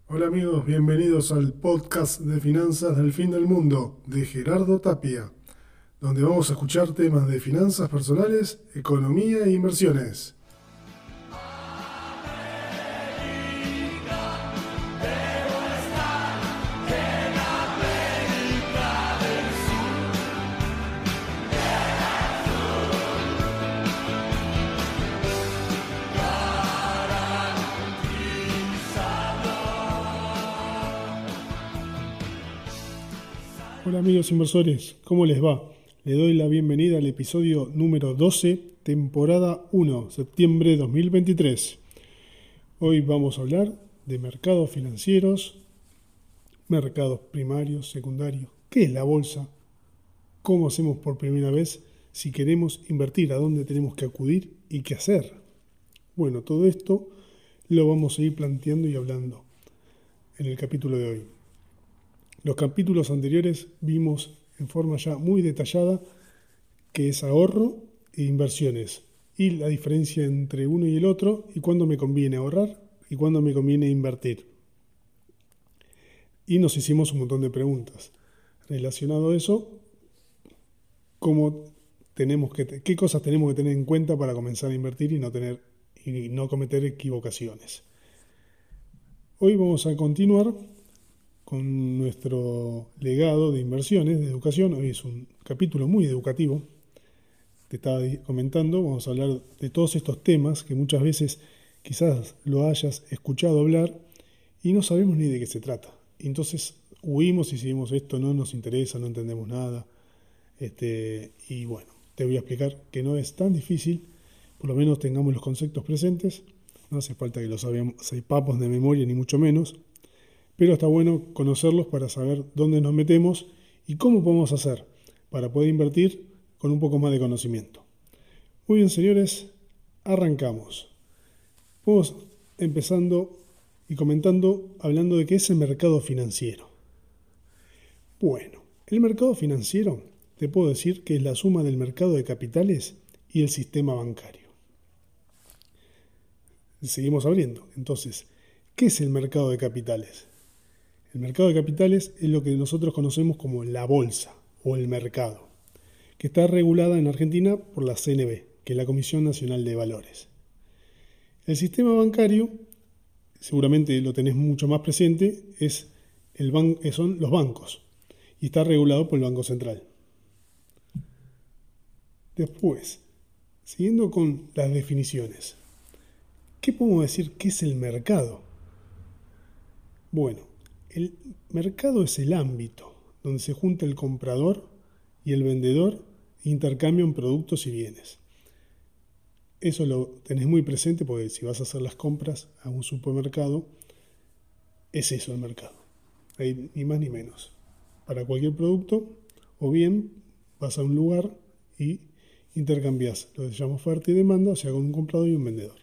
Hola amigos, bienvenidos al podcast de finanzas del fin del mundo de Gerardo Tapia, donde vamos a escuchar temas de finanzas personales, economía e inversiones. Hola amigos inversores, ¿cómo les va? Le doy la bienvenida al episodio número 12, temporada 1, septiembre 2023. Hoy vamos a hablar de mercados financieros, mercados primarios, secundarios, qué es la bolsa, cómo hacemos por primera vez si queremos invertir, a dónde tenemos que acudir y qué hacer. Bueno, todo esto lo vamos a ir planteando y hablando en el capítulo de hoy. Los capítulos anteriores vimos en forma ya muy detallada qué es ahorro e inversiones y la diferencia entre uno y el otro y cuándo me conviene ahorrar y cuándo me conviene invertir. Y nos hicimos un montón de preguntas relacionado a eso, qué cosas tenemos que tener en cuenta para comenzar a invertir y no cometer equivocaciones. Hoy vamos a continuar con nuestro legado de inversiones, de educación. Hoy es un capítulo muy educativo. Te estaba comentando, vamos a hablar de todos estos temas que muchas veces quizás lo hayas escuchado hablar y no sabemos ni de qué se trata. Entonces huimos y decimos esto no nos interesa, no entendemos nada. Y bueno, te voy a explicar que no es tan difícil, por lo menos tengamos los conceptos presentes. No hace falta que los sepamos de memoria ni mucho menos. Pero está bueno conocerlos para saber dónde nos metemos y cómo podemos hacer para poder invertir con un poco más de conocimiento. Muy bien, señores, arrancamos. Vamos empezando y comentando, hablando de qué es el mercado financiero. Bueno, el mercado financiero te puedo decir que es la suma del mercado de capitales y el sistema bancario. Seguimos abriendo. Entonces, ¿qué es el mercado de capitales? El mercado de capitales es lo que nosotros conocemos como la bolsa o el mercado, que está regulada en Argentina por la CNB, que es la Comisión Nacional de Valores. El sistema bancario, seguramente lo tenés mucho más presente, son los bancos y está regulado por el Banco Central. Después, siguiendo con las definiciones, ¿qué podemos decir que es el mercado? Bueno, el mercado es el ámbito donde se junta el comprador y el vendedor e intercambian productos y bienes. Eso lo tenés muy presente porque si vas a hacer las compras a un supermercado, es eso el mercado. Hay ni más ni menos. Para cualquier producto, o bien vas a un lugar y intercambias lo que se llama oferta y demanda, o sea, con un comprador y un vendedor.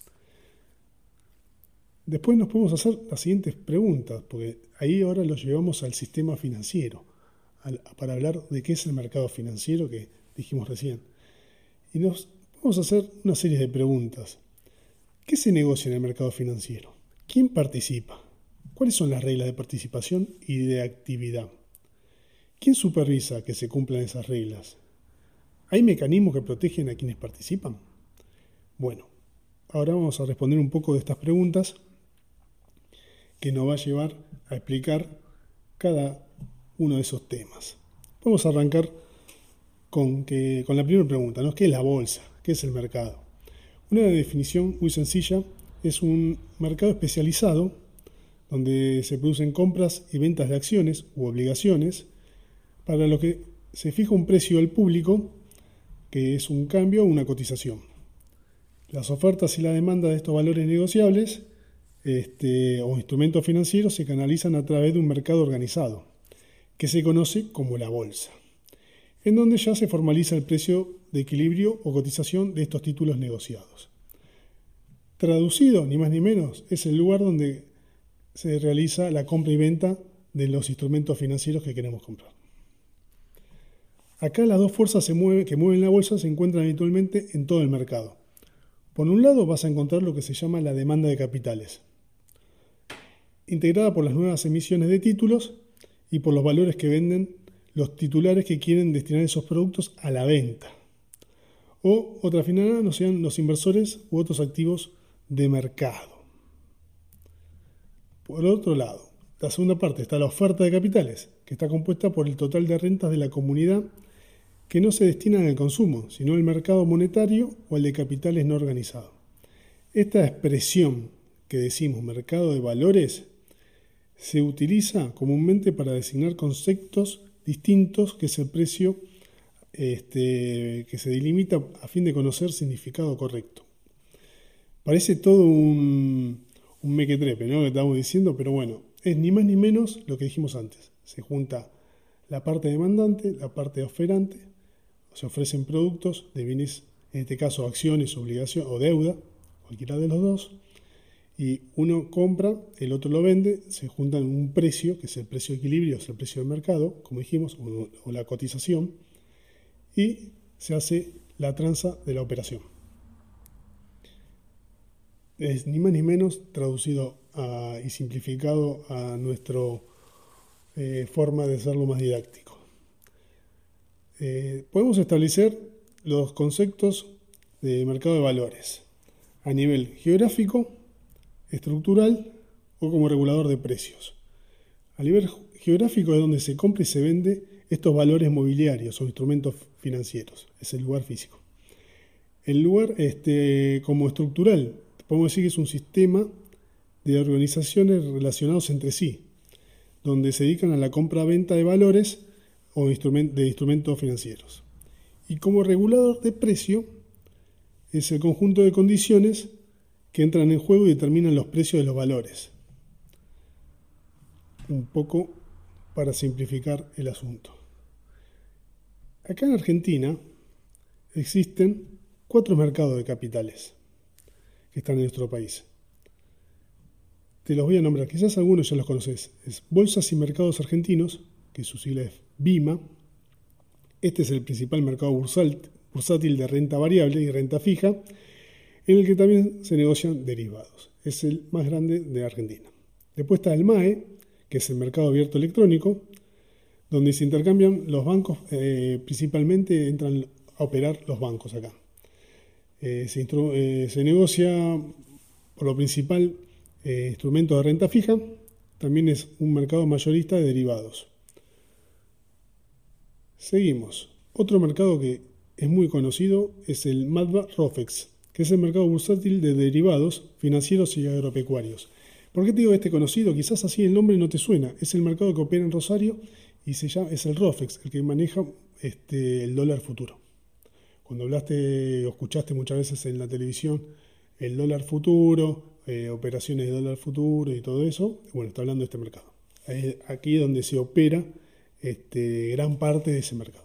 Después nos podemos hacer las siguientes preguntas, porque ahí ahora lo llevamos al sistema financiero, para hablar de qué es el mercado financiero que dijimos recién. Y nos vamos a hacer una serie de preguntas. ¿Qué se negocia en el mercado financiero? ¿Quién participa? ¿Cuáles son las reglas de participación y de actividad? ¿Quién supervisa que se cumplan esas reglas? ¿Hay mecanismos que protegen a quienes participan? Bueno, ahora vamos a responder un poco de estas preguntas que nos va a llevar a explicar cada uno de esos temas. Vamos a arrancar con la primera pregunta, ¿no? ¿Qué es la bolsa? ¿Qué es el mercado? Una definición muy sencilla es un mercado especializado donde se producen compras y ventas de acciones u obligaciones para lo que se fija un precio al público, que es un cambio o una cotización. Las ofertas y la demanda de estos valores negociables o instrumentos financieros se canalizan a través de un mercado organizado, que se conoce como la bolsa, en donde ya se formaliza el precio de equilibrio o cotización de estos títulos negociados. Traducido, ni más ni menos, es el lugar donde se realiza la compra y venta de los instrumentos financieros que queremos comprar. Acá las dos fuerzas que mueven la bolsa se encuentran habitualmente en todo el mercado. Por un lado vas a encontrar lo que se llama la demanda de capitales. integrada por las nuevas emisiones de títulos y por los valores que venden los titulares que quieren destinar esos productos a la venta. O otra finalidad no sean los inversores u otros activos de mercado. Por otro lado, la segunda parte está la oferta de capitales, que está compuesta por el total de rentas de la comunidad que no se destinan al consumo, sino al mercado monetario o al de capitales no organizados. Esta expresión que decimos mercado de valores se utiliza comúnmente para designar conceptos distintos que es el precio que se delimita a fin de conocer significado correcto. Parece todo un mequetrefe, ¿no?, que estamos diciendo, pero bueno, es ni más ni menos lo que dijimos antes. Se junta la parte demandante, la parte oferante, se ofrecen productos de bienes, en este caso acciones, obligaciones o deuda, cualquiera de los dos, y uno compra, el otro lo vende, se juntan en un precio, que es el precio de equilibrio, es el precio del mercado, como dijimos, o la cotización, y se hace la tranza de la operación. Es ni más ni menos traducido y simplificado a nuestra forma de hacerlo más didáctico. Podemos establecer los conceptos de mercado de valores a nivel geográfico, estructural o como regulador de precios. A nivel geográfico es donde se compra y se vende estos valores mobiliarios o instrumentos financieros, es el lugar físico. El lugar como estructural, podemos decir que es un sistema de organizaciones relacionados entre sí, donde se dedican a la compra-venta de valores o de instrumentos financieros. Y como regulador de precio es el conjunto de condiciones que entran en juego y determinan los precios de los valores. Un poco para simplificar el asunto. Acá en Argentina existen 4 mercados de capitales que están en nuestro país. Te los voy a nombrar, quizás algunos ya los conoces. Es Bolsas y Mercados Argentinos, que su sigla es BIMA. Este es el principal mercado bursátil de renta variable y renta fija, en el que también se negocian derivados. Es el más grande de Argentina. Después está el MAE, que es el mercado abierto electrónico, donde se intercambian los bancos, principalmente entran a operar los bancos acá. Se negocia por lo principal instrumentos de renta fija, también es un mercado mayorista de derivados. Seguimos. Otro mercado que es muy conocido es el MATBA-ROFEX, que es el mercado bursátil de derivados financieros y agropecuarios. ¿Por qué te digo conocido? Quizás así el nombre no te suena. Es el mercado que opera en Rosario y es el ROFEX, el que maneja el dólar futuro. Cuando hablaste o escuchaste muchas veces en la televisión el dólar futuro, operaciones de dólar futuro y todo eso, bueno, está hablando de este mercado. Aquí es donde se opera gran parte de ese mercado.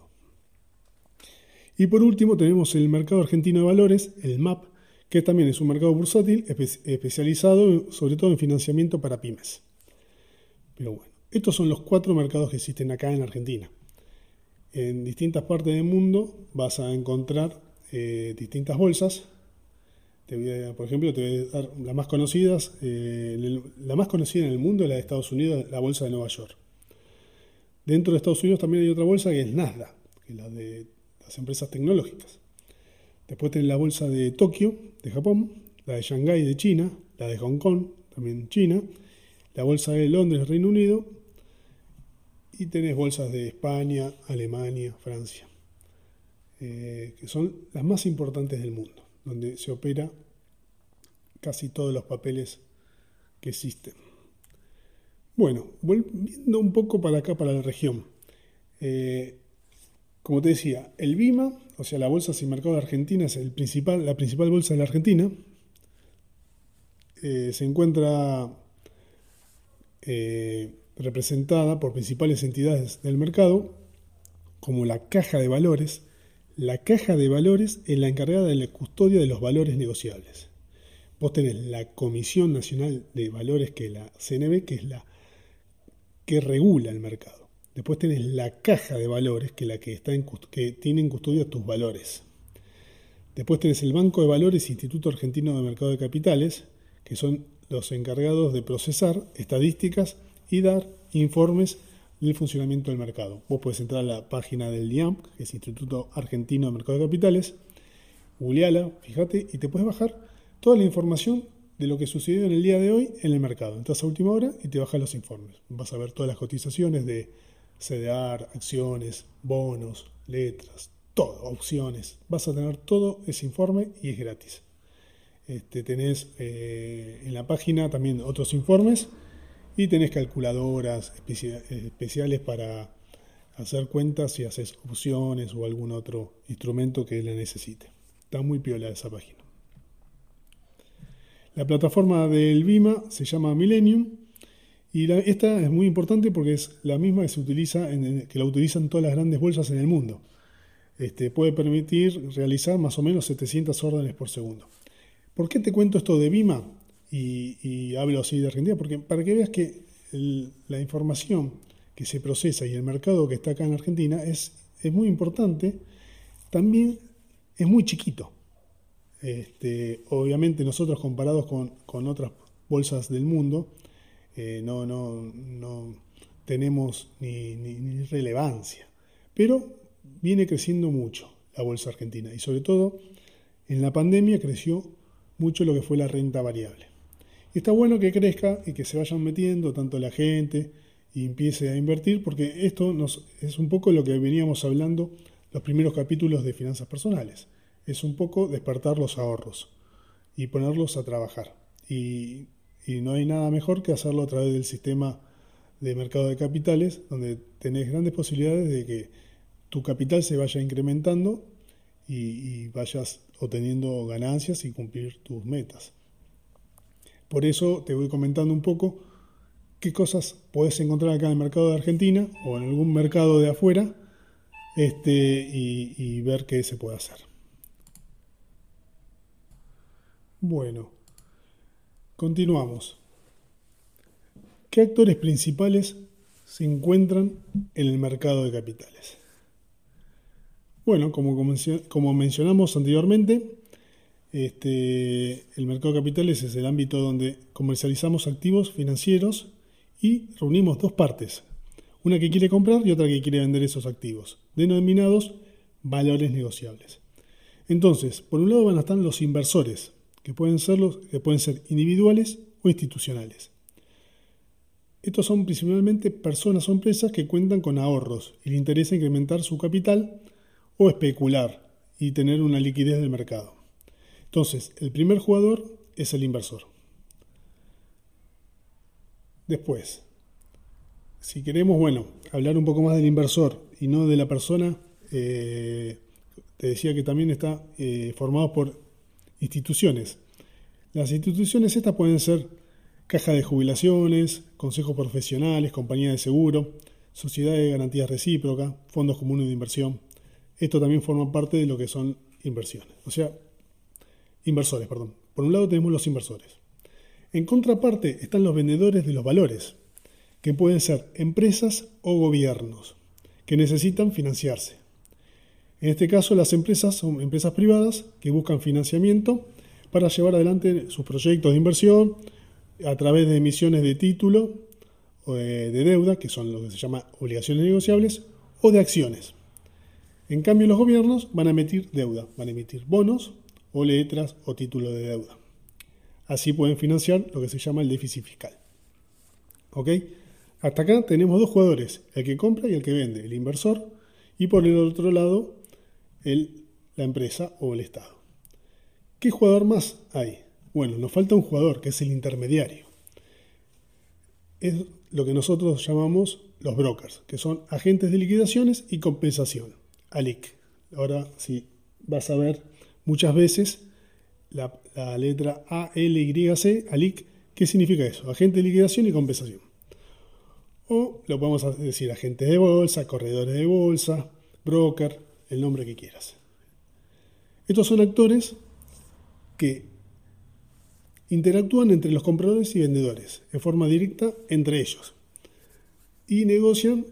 Y por último tenemos el mercado argentino de valores, el MAP, que también es un mercado bursátil especializado sobre todo en financiamiento para pymes. Pero bueno, estos son los 4 mercados que existen acá en Argentina. En distintas partes del mundo vas a encontrar distintas bolsas. Por ejemplo, te voy a dar las más conocidas. La más conocida en el mundo es la de Estados Unidos, la bolsa de Nueva York. Dentro de Estados Unidos también hay otra bolsa que es Nasdaq, que es la de las empresas tecnológicas. Después tenés la bolsa de Tokio, de Japón, la de Shanghái, de China, la de Hong Kong, también China, la bolsa de Londres, Reino Unido, y tenés bolsas de España, Alemania, Francia, que son las más importantes del mundo, donde se opera casi todos los papeles que existen. Bueno, volviendo un poco para acá, para la región. Como te decía, el BIMA, o sea, la Bolsa y Mercado de Argentina, es la principal bolsa de la Argentina. Se encuentra representada por principales entidades del mercado, como la Caja de Valores. La Caja de Valores es la encargada de la custodia de los valores negociables. Vos tenés la Comisión Nacional de Valores, que es la CNV, que es la que regula el mercado. Después tenés la Caja de Valores, que es la que tiene en custodia tus valores. Después tenés el Banco de Valores e Instituto Argentino de Mercado de Capitales, que son los encargados de procesar estadísticas y dar informes del funcionamiento del mercado. Vos podés entrar a la página del IAMP, que es Instituto Argentino de Mercado de Capitales, googleala, fíjate, y te puedes bajar toda la información de lo que sucedió en el día de hoy en el mercado. Entras a última hora y te bajas los informes. Vas a ver todas las cotizaciones de CDR, acciones, bonos, letras, todo, opciones. Vas a tener todo ese informe y es gratis. Tenés en la página también otros informes y tenés calculadoras especiales para hacer cuentas si haces opciones o algún otro instrumento que la necesite. Está muy piola esa página. La plataforma del BIMA se llama Millennium y esta es muy importante porque es la misma que se utiliza que la utilizan todas las grandes bolsas en el mundo. Puede permitir realizar más o menos 700 órdenes por segundo. ¿Por qué te cuento esto de BIMA? Y hablo así de Argentina, porque para que veas que la información que se procesa y el mercado que está acá en Argentina es muy importante, también es muy chiquito. Obviamente nosotros comparados con otras bolsas del mundo, no tenemos ni relevancia, pero viene creciendo mucho la bolsa argentina y sobre todo en la pandemia creció mucho lo que fue la renta variable. Y está bueno que crezca y que se vayan metiendo tanto la gente y empiece a invertir, porque esto es un poco lo que veníamos hablando los primeros capítulos de finanzas personales. Es un poco despertar los ahorros y ponerlos a trabajar. Y no hay nada mejor que hacerlo a través del sistema de mercado de capitales, donde tenés grandes posibilidades de que tu capital se vaya incrementando y vayas obteniendo ganancias y cumplir tus metas. Por eso te voy comentando un poco qué cosas podés encontrar acá en el mercado de Argentina o en algún mercado de afuera y ver qué se puede hacer. Bueno, continuamos. ¿Qué actores principales se encuentran en el mercado de capitales? Bueno, como mencionamos anteriormente, el mercado de capitales es el ámbito donde comercializamos activos financieros y reunimos dos partes, una que quiere comprar y otra que quiere vender esos activos, denominados valores negociables. Entonces, por un lado van a estar los inversores, que pueden ser individuales o institucionales. Estos son principalmente personas o empresas que cuentan con ahorros y les interesa incrementar su capital o especular y tener una liquidez del mercado. Entonces, el primer jugador es el inversor. Después, si queremos, hablar un poco más del inversor y no de la persona, te decía que también está formado por instituciones. Las instituciones estas pueden ser cajas de jubilaciones, consejos profesionales, compañías de seguro, sociedades de garantías recíprocas, fondos comunes de inversión. Esto también forma parte de lo que son inversiones. Inversores. Por un lado tenemos los inversores. En contraparte están los vendedores de los valores, que pueden ser empresas o gobiernos, que necesitan financiarse. En este caso las empresas son empresas privadas que buscan financiamiento para llevar adelante sus proyectos de inversión a través de emisiones de título de deuda, que son lo que se llama obligaciones negociables, o de acciones. En cambio, los gobiernos van a emitir deuda, van a emitir bonos o letras o títulos de deuda. Así pueden financiar lo que se llama el déficit fiscal. ¿Ok? Hasta acá tenemos dos jugadores, el que compra y el que vende, el inversor, y por el otro lado, la empresa o el Estado. ¿Qué jugador más hay? Bueno, nos falta un jugador, que es el intermediario. Es lo que nosotros llamamos los brokers, que son agentes de liquidaciones y compensación, ALIC. Ahora sí vas a ver muchas veces la letra ALYC, ALIC. ¿Qué significa eso? Agente de liquidación y compensación. O lo podemos decir agentes de bolsa, corredores de bolsa, broker, el nombre que quieras. Estos son actores que interactúan entre los compradores y vendedores en forma directa entre ellos y negocian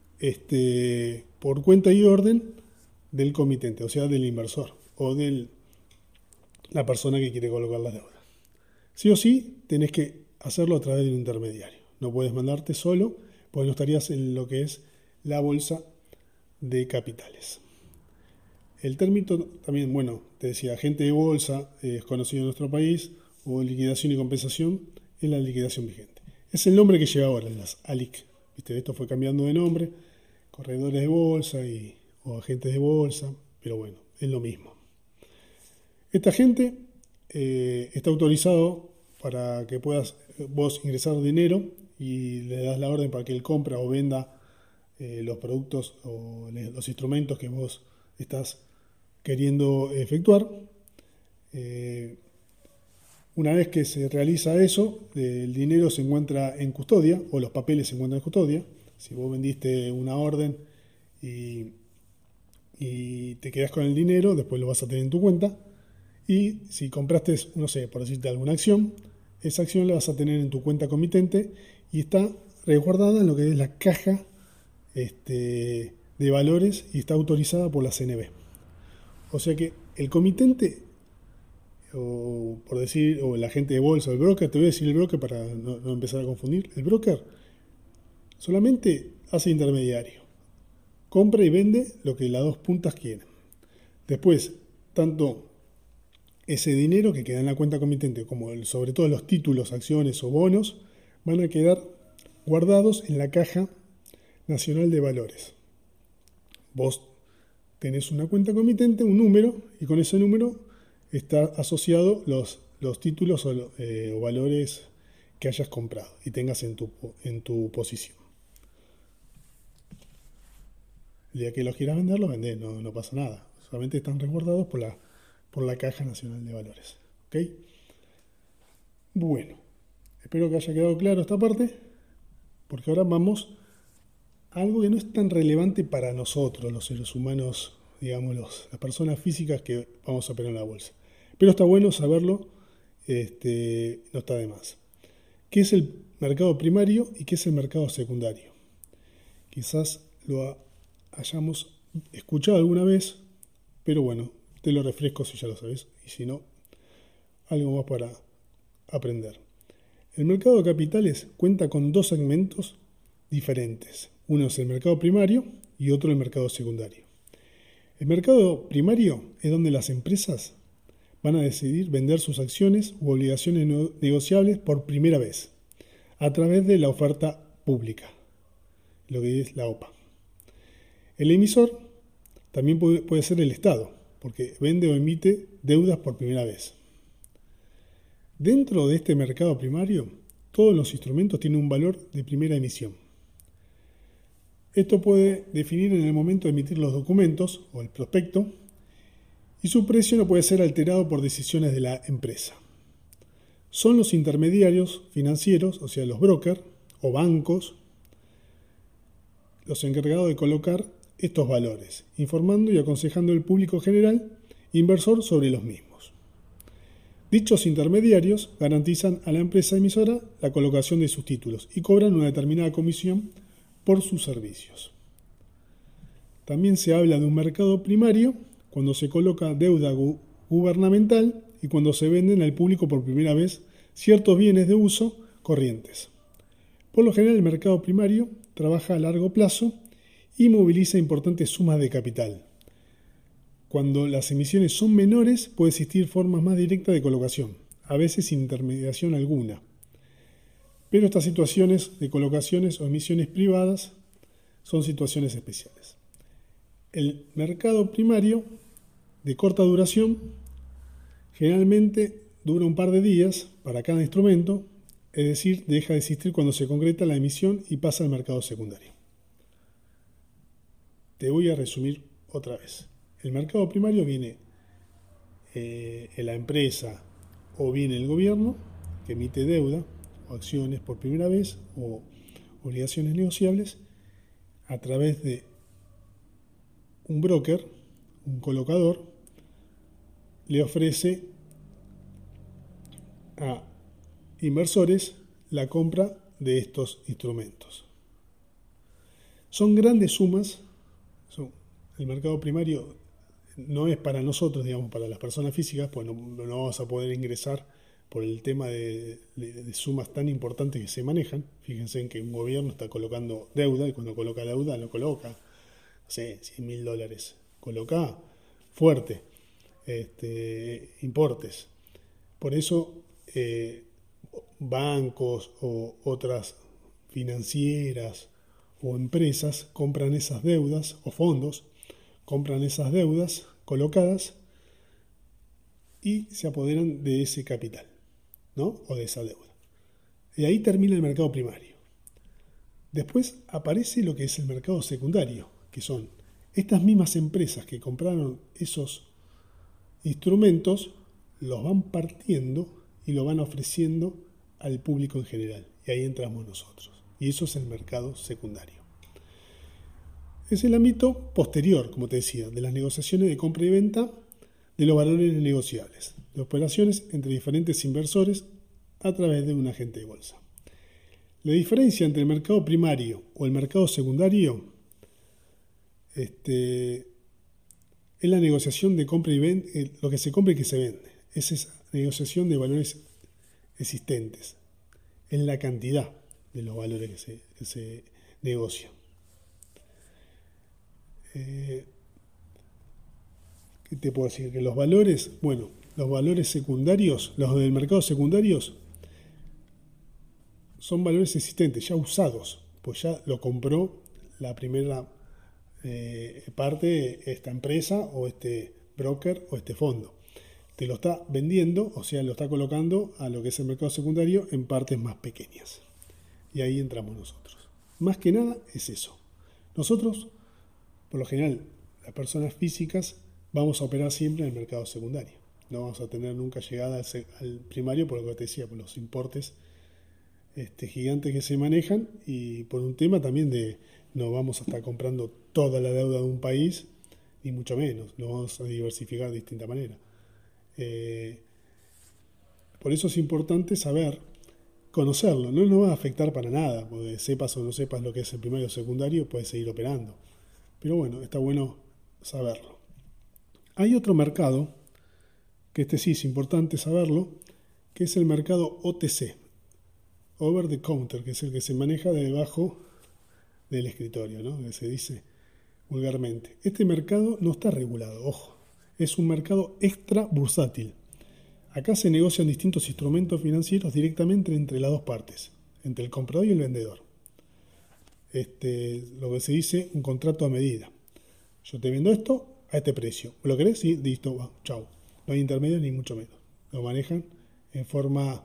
por cuenta y orden del comitente, o sea, del inversor o de la persona que quiere colocar la deuda. Sí o sí tenés que hacerlo a través de un intermediario. No puedes mandarte solo, porque no estarías en lo que es la bolsa de capitales. El término también, bueno, te decía, agente de bolsa, es conocido en nuestro país, o liquidación y compensación, es la liquidación vigente. Es el nombre que lleva ahora, las ALIC. ¿Viste? Esto fue cambiando de nombre, corredores de bolsa o agentes de bolsa, pero bueno, es lo mismo. Esta gente está autorizado para que puedas vos ingresar dinero y le das la orden para que él compra o venda los productos o los instrumentos que vos estás queriendo efectuar. Una vez que se realiza eso, el dinero se encuentra en custodia o los papeles se encuentran en custodia. Si vos vendiste una orden y te quedás con el dinero, después lo vas a tener en tu cuenta. Y si compraste, no sé, por decirte alguna acción, esa acción la vas a tener en tu cuenta comitente y está resguardada en lo que es la caja de valores y está autorizada por la CNB. O sea que el comitente, o por decir, o el agente de bolsa o el broker, te voy a decir el broker para no empezar a confundir, el broker solamente hace intermediario, compra y vende lo que las dos puntas quieren. Después, tanto ese dinero que queda en la cuenta comitente como sobre todo los títulos, acciones o bonos van a quedar guardados en la caja nacional de valores. Vos tenés una cuenta comitente, un número, y con ese número está asociado los títulos o valores que hayas comprado y tengas en tu posición. El día que los quieras vender, los vendés, no pasa nada. Solamente están resguardados por la Caja Nacional de Valores. ¿Ok? Bueno, espero que haya quedado claro esta parte, porque ahora vamos a algo que no es tan relevante para nosotros, los seres humanos, digamos, las personas físicas que vamos a operar en la bolsa. Pero está bueno saberlo, no está de más. ¿Qué es el mercado primario y qué es el mercado secundario? Quizás lo hayamos escuchado alguna vez, pero bueno, te lo refresco si ya lo sabes, y si no, algo más para aprender. El mercado de capitales cuenta con dos segmentos diferentes. Uno es el mercado primario y otro el mercado secundario. El mercado primario es donde las empresas van a decidir vender sus acciones u obligaciones negociables por primera vez, a través de la oferta pública, lo que es la OPA. El emisor también puede ser el Estado, porque vende o emite deudas por primera vez. Dentro de este mercado primario, todos los instrumentos tienen un valor de primera emisión. Esto puede definir en el momento de emitir los documentos o el prospecto, y su precio no puede ser alterado por decisiones de la empresa. Son los intermediarios financieros, o sea, los brokers o bancos, los encargados de colocar estos valores, informando y aconsejando al público general inversor sobre los mismos. Dichos intermediarios garantizan a la empresa emisora la colocación de sus títulos y cobran una determinada comisión por sus servicios. También se habla de un mercado primario cuando se coloca deuda gubernamental y cuando se venden al público por primera vez ciertos bienes de uso corrientes. Por lo general, el mercado primario trabaja a largo plazo y moviliza importantes sumas de capital. Cuando las emisiones son menores, puede existir formas más directas de colocación, a veces sin intermediación alguna. Pero estas situaciones de colocaciones o emisiones privadas son situaciones especiales. El mercado primario, de corta duración, generalmente dura un par de días para cada instrumento, es decir, deja de existir cuando se concreta la emisión y pasa al mercado secundario. Te voy a resumir otra vez. El mercado primario viene en la empresa o viene el gobierno que emite deuda o acciones por primera vez o obligaciones negociables a través de un broker, un colocador, le ofrece a inversores la compra de estos instrumentos. Son grandes sumas. El mercado primario no es para nosotros, digamos, para las personas físicas, pues no vamos a poder ingresar por el tema de sumas tan importantes que se manejan. Fíjense en que un gobierno está colocando deuda y cuando coloca deuda lo coloca, no sé, $100.000. Coloca fuerte, importes. Por eso bancos o otras financieras o empresas compran esas deudas o fondos, compran esas deudas colocadas y se apoderan de ese capital, ¿no? O de esa deuda. Y ahí termina el mercado primario. Después aparece lo que es el mercado secundario, que son estas mismas empresas que compraron esos instrumentos, los van partiendo y lo van ofreciendo al público en general. Y ahí entramos nosotros. Y eso es el mercado secundario. Es el ámbito posterior, como te decía, de las negociaciones de compra y venta de los valores negociables, de operaciones entre diferentes inversores a través de un agente de bolsa. La diferencia entre el mercado primario o el mercado secundario es la negociación de compra y venta, lo que se compra y que se vende. Es esa negociación de valores existentes, en la cantidad de los valores que se negocian. ¿Qué te puedo decir? Que los valores, los valores secundarios, los del mercado secundarios, son valores existentes, ya usados, pues ya lo compró la primera parte esta empresa o este broker o este fondo. Te lo está vendiendo, o sea, lo está colocando a lo que es el mercado secundario en partes más pequeñas. Y ahí entramos nosotros. Más que nada es eso. Nosotros, por lo general, las personas físicas, vamos a operar siempre en el mercado secundario. No vamos a tener nunca llegada al primario, por lo que te decía, por los importes gigantes que se manejan y por un tema también de no vamos a estar comprando toda la deuda de un país, ni mucho menos. Nos vamos a diversificar de distinta manera. Por eso es importante saber, conocerlo. No nos va a afectar para nada, porque sepas o no sepas lo que es el primario o secundario, puedes seguir operando. Pero bueno, está bueno saberlo. Hay otro mercado, que sí es importante saberlo, que es el mercado OTC, Over the Counter, que es el que se maneja debajo del escritorio, ¿no? Que se dice vulgarmente. Este mercado no está regulado, ojo. Es un mercado extra bursátil. Acá se negocian distintos instrumentos financieros directamente entre las dos partes, entre el comprador y el vendedor. Lo que se dice un contrato a medida. Yo te vendo esto a este precio. ¿Lo querés? Sí, listo, va, chau. No hay intermedio ni mucho menos. Lo manejan en forma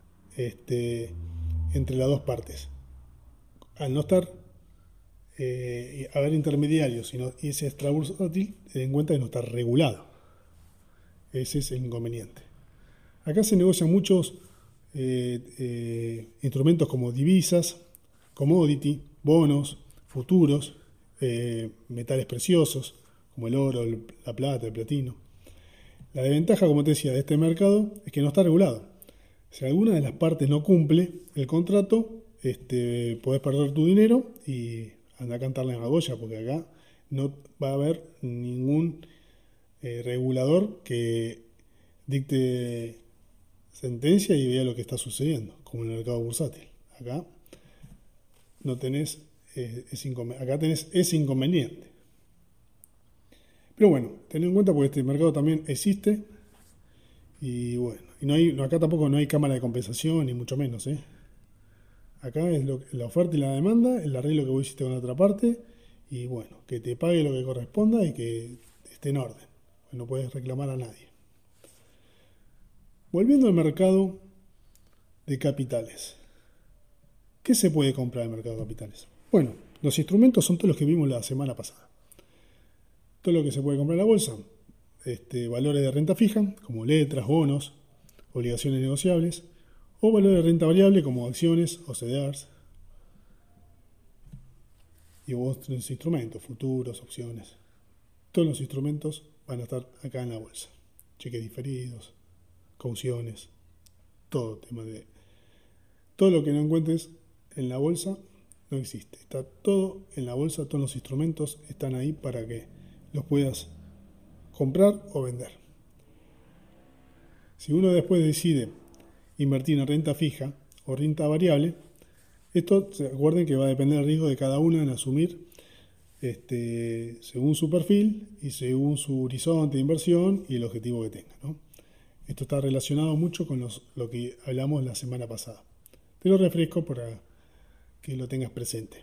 entre las dos partes. Al no estar haber intermediarios y ese extra bursátil, ten en cuenta que no está regulado. Ese es el inconveniente. Acá se negocian muchos instrumentos como divisas, commodity, bonos, futuros, metales preciosos, como el oro, la plata, el platino. La desventaja, como te decía, de este mercado es que no está regulado. Si alguna de las partes no cumple el contrato, podés perder tu dinero y anda a cantarle en la goya, porque acá no va a haber ningún regulador que dicte sentencia y vea lo que está sucediendo, como en el mercado bursátil. Acá no tenés acá tenés ese inconveniente. Pero bueno, ten en cuenta porque este mercado también existe y bueno, y acá tampoco no hay cámara de compensación ni mucho menos, ¿eh? Acá es la oferta y la demanda, el arreglo que vos hiciste con la otra parte y bueno, que te pague lo que corresponda y que esté en orden. No puedes reclamar a nadie. Volviendo al mercado de capitales. ¿Qué se puede comprar en el mercado de capitales? Bueno, los instrumentos son todos los que vimos la semana pasada. Todo lo que se puede comprar en la bolsa. Valores de renta fija, como letras, bonos, obligaciones negociables, o valores de renta variable, como acciones o CDRs. Y otros instrumentos, futuros, opciones. Todos los instrumentos van a estar acá en la bolsa. Cheques diferidos, cauciones, todo lo que no encuentres en la bolsa no existe. Está todo en la bolsa, todos los instrumentos están ahí para que los puedas comprar o vender. Si uno después decide invertir en renta fija o renta variable, esto, recuerden que va a depender del riesgo de cada uno en asumir según su perfil y según su horizonte de inversión y el objetivo que tenga, ¿no? Esto está relacionado mucho con lo que hablamos la semana pasada. Te lo refresco para que lo tengas presente.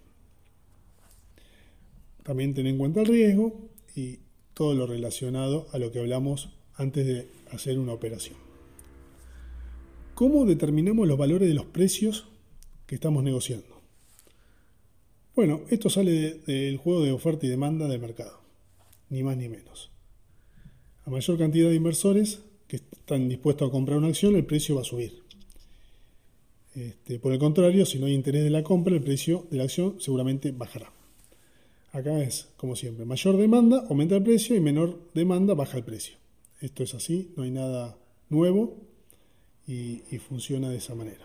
También ten en cuenta el riesgo y todo lo relacionado a lo que hablamos antes de hacer una operación. ¿Cómo determinamos los valores de los precios que estamos negociando? Bueno, esto sale del juego de oferta y demanda del mercado, ni más ni menos. A mayor cantidad de inversores que están dispuestos a comprar una acción, el precio va a subir. Por el contrario, si no hay interés de la compra, el precio de la acción seguramente bajará. Acá es, como siempre, mayor demanda, aumenta el precio, y menor demanda, baja el precio. Esto es así, no hay nada nuevo y funciona de esa manera.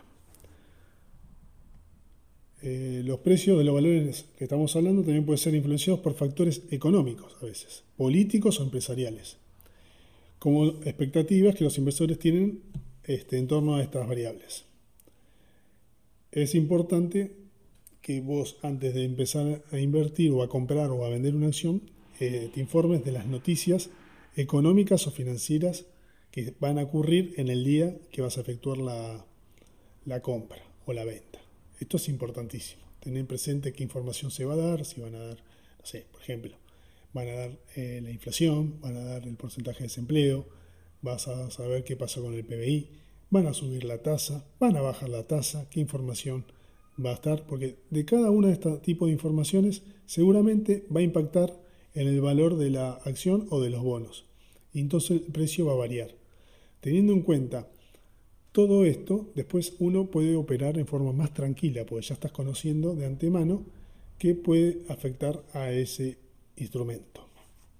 Los precios de los valores que estamos hablando también pueden ser influenciados por factores económicos a veces, políticos o empresariales, como expectativas que los inversores tienen en torno a estas variables. Es importante que vos, antes de empezar a invertir o a comprar o a vender una acción, te informes de las noticias económicas o financieras que van a ocurrir en el día que vas a efectuar la compra o la venta. Esto es importantísimo. Tener presente qué información se va a dar, si van a dar, no sé, por ejemplo, van a dar la inflación, van a dar el porcentaje de desempleo, vas a saber qué pasa con el PBI, van a subir la tasa, van a bajar la tasa, qué información va a estar, porque de cada una de estos tipos de informaciones seguramente va a impactar en el valor de la acción o de los bonos. Y entonces el precio va a variar. Teniendo en cuenta todo esto, después uno puede operar en forma más tranquila, porque ya estás conociendo de antemano qué puede afectar a ese instrumento.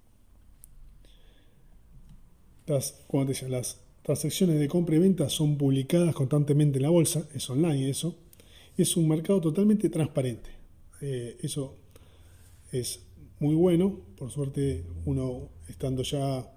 Como te decía, las transacciones de compra y venta son publicadas constantemente en la bolsa, es online eso. Es un mercado totalmente transparente. Eso es muy bueno. Por suerte, uno estando ya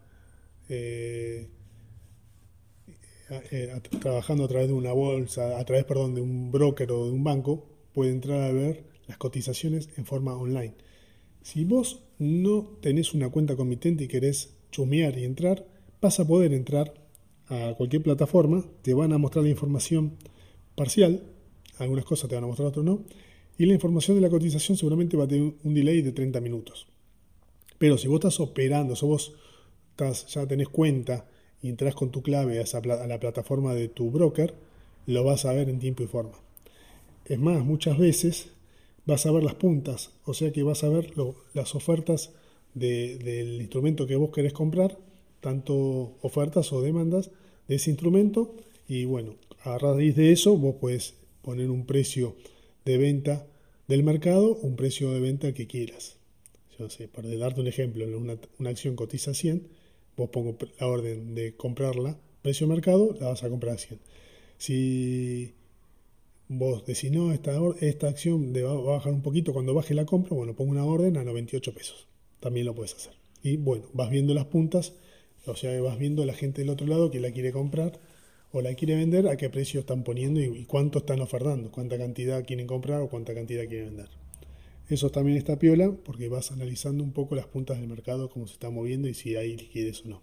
trabajando a través de una bolsa, de un broker o de un banco, puede entrar a ver las cotizaciones en forma online. Si vos no tenés una cuenta comitente y querés chumear y entrar, vas a poder entrar a cualquier plataforma, te van a mostrar la información parcial, algunas cosas te van a mostrar, otras no, y la información de la cotización seguramente va a tener un delay de 30 minutos. Pero si vos estás operando, si vos ya tenés cuenta y entras con tu clave a la plataforma de tu broker, lo vas a ver en tiempo y forma. Es más, muchas veces vas a ver las puntas, o sea que vas a ver las ofertas del instrumento que vos querés comprar, tanto ofertas o demandas de ese instrumento, y bueno, a raíz de eso vos podés poner un precio de venta del mercado, un precio de venta que quieras. Yo sé, para darte un ejemplo, una acción cotiza 100, vos pongo la orden de comprarla, precio de mercado, la vas a comprar a 100. Si vos decís, no, esta acción va a bajar un poquito cuando baje la compra, bueno, pongo una orden a 98 pesos. También lo puedes hacer. Y bueno, vas viendo las puntas, o sea, vas viendo a la gente del otro lado que la quiere comprar o la quiere vender, a qué precio están poniendo y cuánto están ofertando, cuánta cantidad quieren comprar o cuánta cantidad quieren vender. Eso también está piola porque vas analizando un poco las puntas del mercado, cómo se está moviendo y si hay liquidez o no.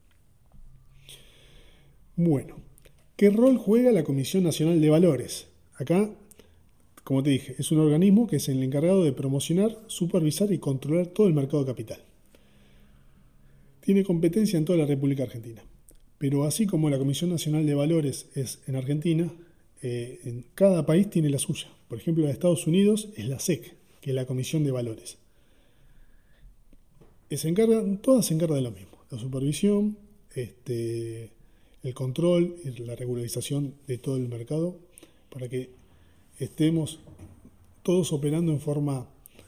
Bueno, ¿qué rol juega la Comisión Nacional de Valores? Acá, como te dije, es un organismo que es el encargado de promocionar, supervisar y controlar todo el mercado de capital. Tiene competencia en toda la República Argentina. Pero así como la Comisión Nacional de Valores es en Argentina, en cada país tiene la suya. Por ejemplo, en Estados Unidos es la SEC, que es la Comisión de Valores. Todas se encargan de lo mismo. La supervisión, el control y la regularización de todo el mercado para que estemos todos operando en forma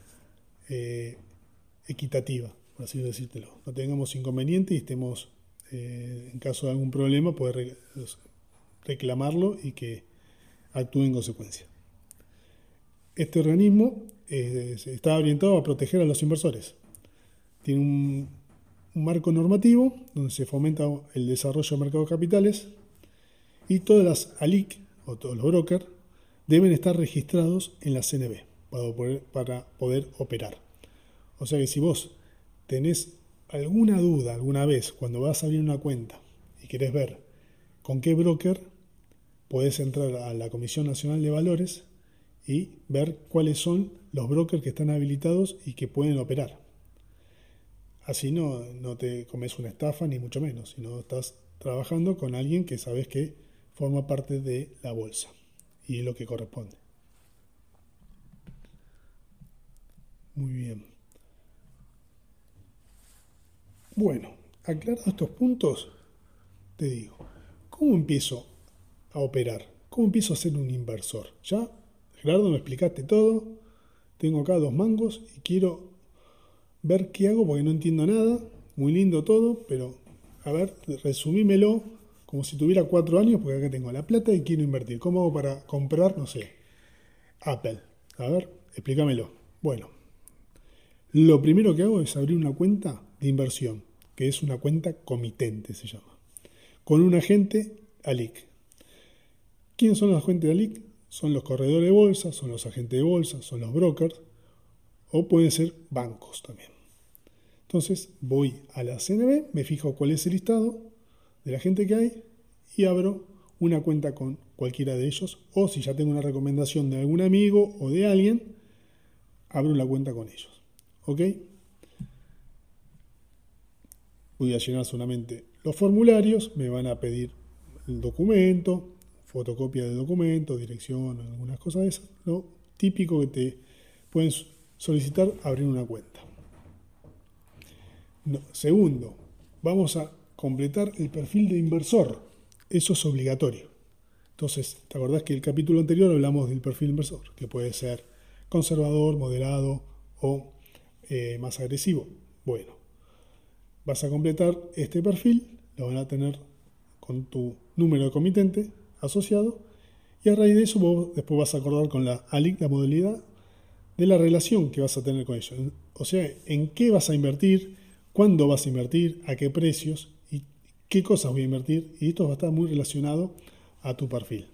equitativa, por así decírtelo. No tengamos inconveniente y estemos, en caso de algún problema, poder reclamarlo y que actúe en consecuencia. Este organismo está orientado a proteger a los inversores. Tiene un marco normativo donde se fomenta el desarrollo del mercado de capitales Y todas las ALIC o todos los brokers deben estar registrados en la CNB para poder operar. O sea que si vos tenés alguna duda alguna vez cuando vas a abrir una cuenta y querés ver con qué broker, podés entrar a la Comisión Nacional de Valores y ver cuáles son los brokers que están habilitados y que pueden operar. Así no te comes una estafa ni mucho menos, sino estás trabajando con alguien que sabes que forma parte de la bolsa y lo que corresponde. Muy bien. Bueno, aclarados estos puntos, te digo, ¿cómo empiezo a operar? ¿Cómo empiezo a ser un inversor? Ya, Gerardo, me explicaste todo. Tengo acá 2 mangos y quiero ver qué hago porque no entiendo nada. Muy lindo todo, pero a ver, resumímelo como si tuviera 4 años porque acá tengo la plata y quiero invertir. ¿Cómo hago para comprar, no sé, Apple? A ver, explícamelo. Bueno, lo primero que hago es abrir una cuenta de inversión, que es una cuenta comitente, se llama, con un agente ALIC. ¿Quiénes son los agentes de ALIC? Son los corredores de bolsa, son los agentes de bolsa, son los brokers, o pueden ser bancos también. Entonces voy a la CNB, me fijo cuál es el listado de la gente que hay y abro una cuenta con cualquiera de ellos, o si ya tengo una recomendación de algún amigo o de alguien, abro la cuenta con ellos. ¿Ok? Voy a llenar solamente los formularios, me van a pedir el documento, fotocopia del documento, dirección, algunas cosas de esas, lo típico que te pueden solicitar abrir una cuenta. Segundo, vamos a completar el perfil de inversor. Eso es obligatorio. Entonces, ¿te acordás que el capítulo anterior hablamos del perfil de inversor? Que puede ser conservador, moderado o más agresivo. Bueno, vas a completar este perfil, lo van a tener con tu número de comitente asociado y a raíz de eso vos después vas a acordar con la ALIC la modalidad de la relación que vas a tener con ellos. O sea, en qué vas a invertir, cuándo vas a invertir, a qué precios y qué cosas voy a invertir. Y esto va a estar muy relacionado a tu perfil.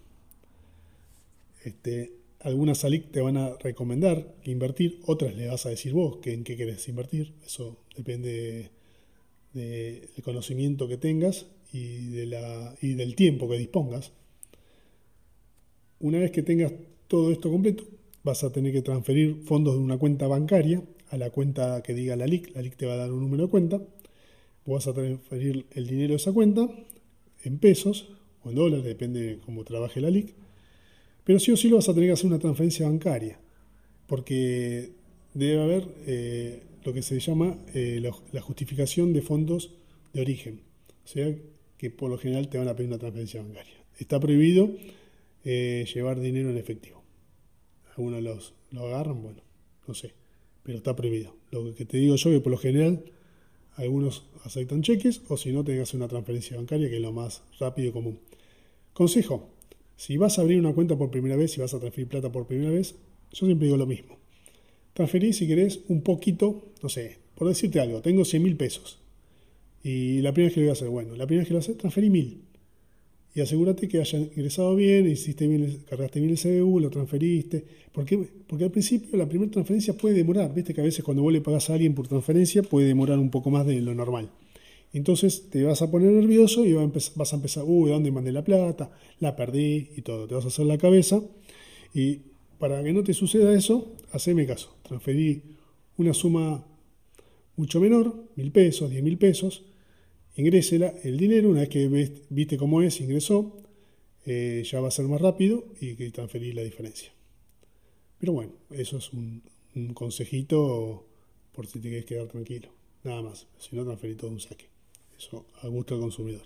Algunas ALIC te van a recomendar que invertir, otras le vas a decir vos que en qué querés invertir. Eso depende del conocimiento que tengas y del tiempo que dispongas. Una vez que tengas todo esto completo, vas a tener que transferir fondos de una cuenta bancaria a la cuenta que diga la LIC. La LIC te va a dar un número de cuenta. Vos vas a transferir el dinero de esa cuenta en pesos o en dólares, depende de cómo trabaje la LIC. Pero sí o sí lo vas a tener que hacer una transferencia bancaria, porque debe haber lo que se llama la justificación de fondos de origen. O sea que por lo general te van a pedir una transferencia bancaria. Está prohibido llevar dinero en efectivo. Algunos lo agarran, bueno, no sé, pero está prohibido. Lo que te digo yo es que por lo general algunos aceptan cheques o si no tenés que hacer una transferencia bancaria, que es lo más rápido y común. Consejo, si vas a abrir una cuenta por primera vez, si vas a transferir plata por primera vez, yo siempre digo lo mismo. Transferí si querés un poquito, no sé, por decirte algo, tengo 100.000 pesos y la primera vez que lo voy a hacer, bueno, la primera vez que lo haces, transferí 1.000 y asegúrate que haya ingresado bien, hiciste bien, cargaste bien el CBU, lo transferiste. Porque al principio la primera transferencia puede demorar, viste que a veces cuando vos le pagás a alguien por transferencia puede demorar un poco más de lo normal. Entonces te vas a poner nervioso y vas a empezar, ¿de dónde mandé la plata? La perdí y todo, te vas a hacer la cabeza. Y para que no te suceda eso, haceme caso, transferí una suma mucho menor, 1.000 pesos, 10.000 pesos, ingrésela el dinero, una vez que viste cómo es, ingresó, ya va a ser más rápido y que transferir la diferencia. Pero bueno, eso es un consejito por si te querés quedar tranquilo, nada más, si no transferí todo un saque, eso a gusto del consumidor.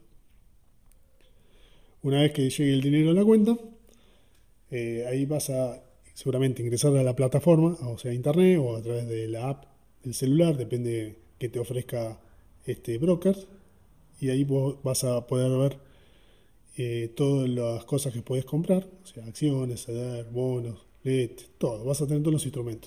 Una vez que llegue el dinero a la cuenta, ahí vas a seguramente ingresar a la plataforma, o sea, a internet o a través de la app del celular, depende que te ofrezca este broker. Y ahí vos vas a poder ver todas las cosas que puedes comprar, o sea, acciones, CEDER, bonos, LED, todo. Vas a tener todos los instrumentos.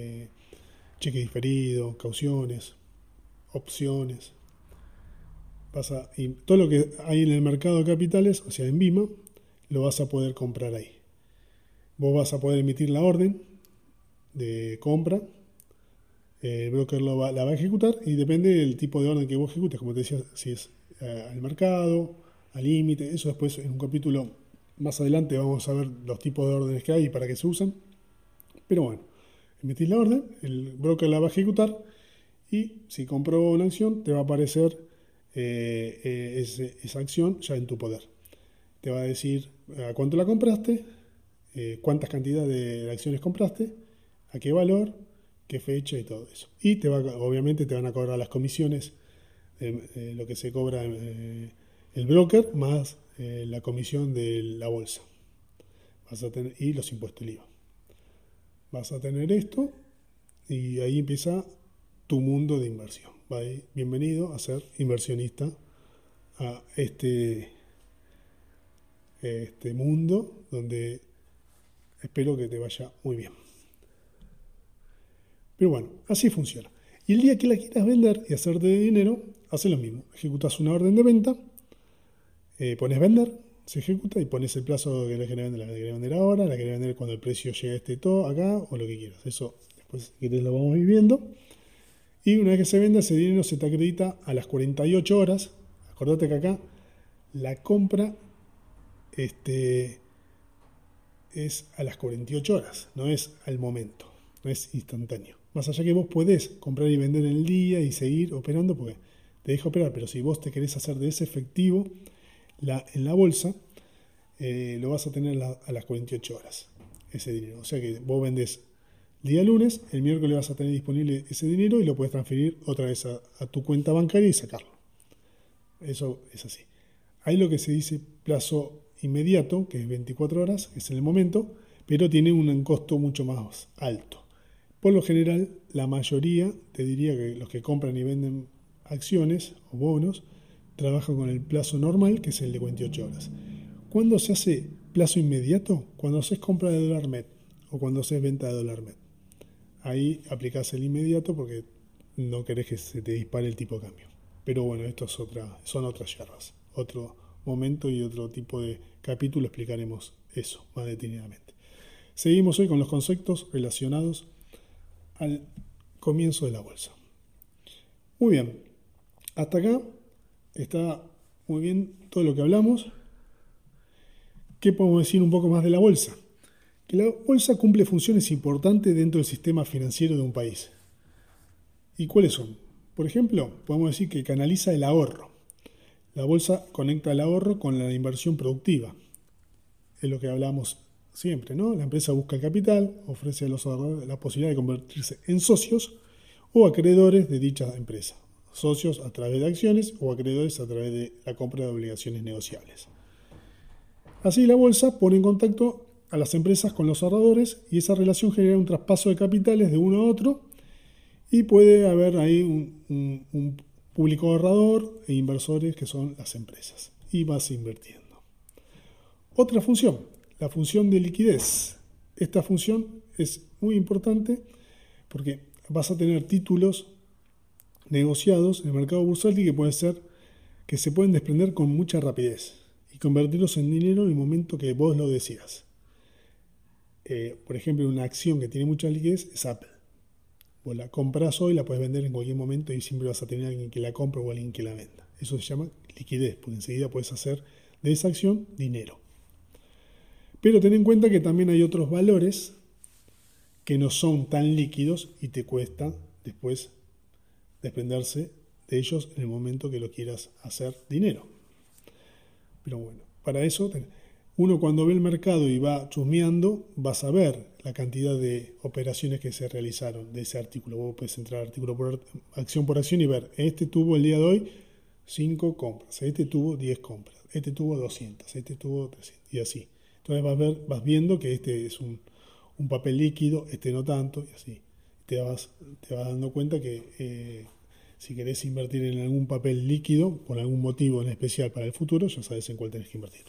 Cheque diferido, cauciones, opciones. y todo lo que hay en el mercado de capitales, o sea, en BIMA, lo vas a poder comprar ahí. Vos vas a poder emitir la orden de compra, el broker la va a ejecutar y depende del tipo de orden que vos ejecutes, como te decía, si es al mercado, al límite, eso después en un capítulo más adelante vamos a ver los tipos de órdenes que hay y para qué se usan. Pero bueno, emitís la orden, el broker la va a ejecutar y si compró una acción te va a aparecer esa acción ya en tu poder. Te va a decir a cuánto la compraste, cuántas cantidades de acciones compraste, a qué valor, qué fecha y todo eso. Y obviamente te van a cobrar las comisiones, lo que se cobra el broker, más la comisión de la bolsa. Y los impuestos del IVA. Vas a tener esto y ahí empieza tu mundo de inversión. Bienvenido a ser inversionista a este mundo donde espero que te vaya muy bien. Pero bueno, así funciona. Y el día que la quieras vender y hacerte de dinero, haces lo mismo. Ejecutas una orden de venta, pones vender, se ejecuta y pones el plazo que la querés vender. La querés vender ahora, la querés vender cuando el precio llegue a todo acá o lo que quieras. Eso después si querés lo vamos viviendo. Y una vez que se venda, ese dinero se te acredita a las 48 horas. Acordate que acá la compra es a las 48 horas, no es al momento, no es instantáneo. Más allá que vos podés comprar y vender en el día y seguir operando porque te deja operar, pero si vos te querés hacer de ese efectivo en la bolsa, lo vas a tener a las 48 horas, ese dinero. O sea que vos vendés el día lunes, el miércoles vas a tener disponible ese dinero y lo puedes transferir otra vez a tu cuenta bancaria y sacarlo. Eso es así. Hay lo que se dice plazo inmediato, que es 24 horas, que es en el momento, pero tiene un costo mucho más alto. Por lo general, la mayoría, te diría que los que compran y venden acciones o bonos, trabajan con el plazo normal, que es el de 48 horas. ¿Cuándo se hace plazo inmediato? Cuando haces compra de dólar MEP o cuando haces venta de dólar MEP. Ahí aplicás el inmediato porque no querés que se te dispare el tipo de cambio. Pero bueno, esto son otras yerbas. Otro momento y otro tipo de capítulo explicaremos eso más detenidamente. Seguimos hoy con los conceptos relacionados al comienzo de la bolsa. Muy bien, hasta acá está muy bien todo lo que hablamos. ¿Qué podemos decir un poco más de la bolsa? Que la bolsa cumple funciones importantes dentro del sistema financiero de un país. ¿Y cuáles son? Por ejemplo, podemos decir que canaliza el ahorro. La bolsa conecta el ahorro con la inversión productiva. Es lo que hablamos siempre, ¿no? La empresa busca el capital, ofrece a los ahorradores la posibilidad de convertirse en socios o acreedores de dicha empresa. Socios a través de acciones o acreedores a través de la compra de obligaciones negociables. Así la bolsa pone en contacto a las empresas con los ahorradores y esa relación genera un traspaso de capitales de uno a otro y puede haber ahí un público ahorrador e inversores que son las empresas y vas invirtiendo. Otra función, la función de liquidez. Esta función es muy importante porque vas a tener títulos negociados en el mercado bursátil que se pueden desprender con mucha rapidez y convertirlos en dinero en el momento que vos lo decidas. Por ejemplo, una acción que tiene mucha liquidez es Apple. Vos la compras hoy, la puedes vender en cualquier momento y siempre vas a tener a alguien que la compre o alguien que la venda. Eso se llama liquidez, porque enseguida puedes hacer de esa acción dinero. Pero ten en cuenta que también hay otros valores que no son tan líquidos y te cuesta después desprenderse de ellos en el momento que lo quieras hacer dinero. Pero bueno, para eso uno cuando ve el mercado y va chusmeando, vas a ver la cantidad de operaciones que se realizaron de ese artículo. Vos puedes entrar acción por acción y ver, este tuvo el día de hoy 5 compras, este tuvo 10 compras, este tuvo 200, este tuvo 300 y así. Entonces vas viendo que este es un papel líquido, este no tanto y así. Te vas dando cuenta que si querés invertir en algún papel líquido, por algún motivo en especial para el futuro, ya sabes en cuál tenés que invertir.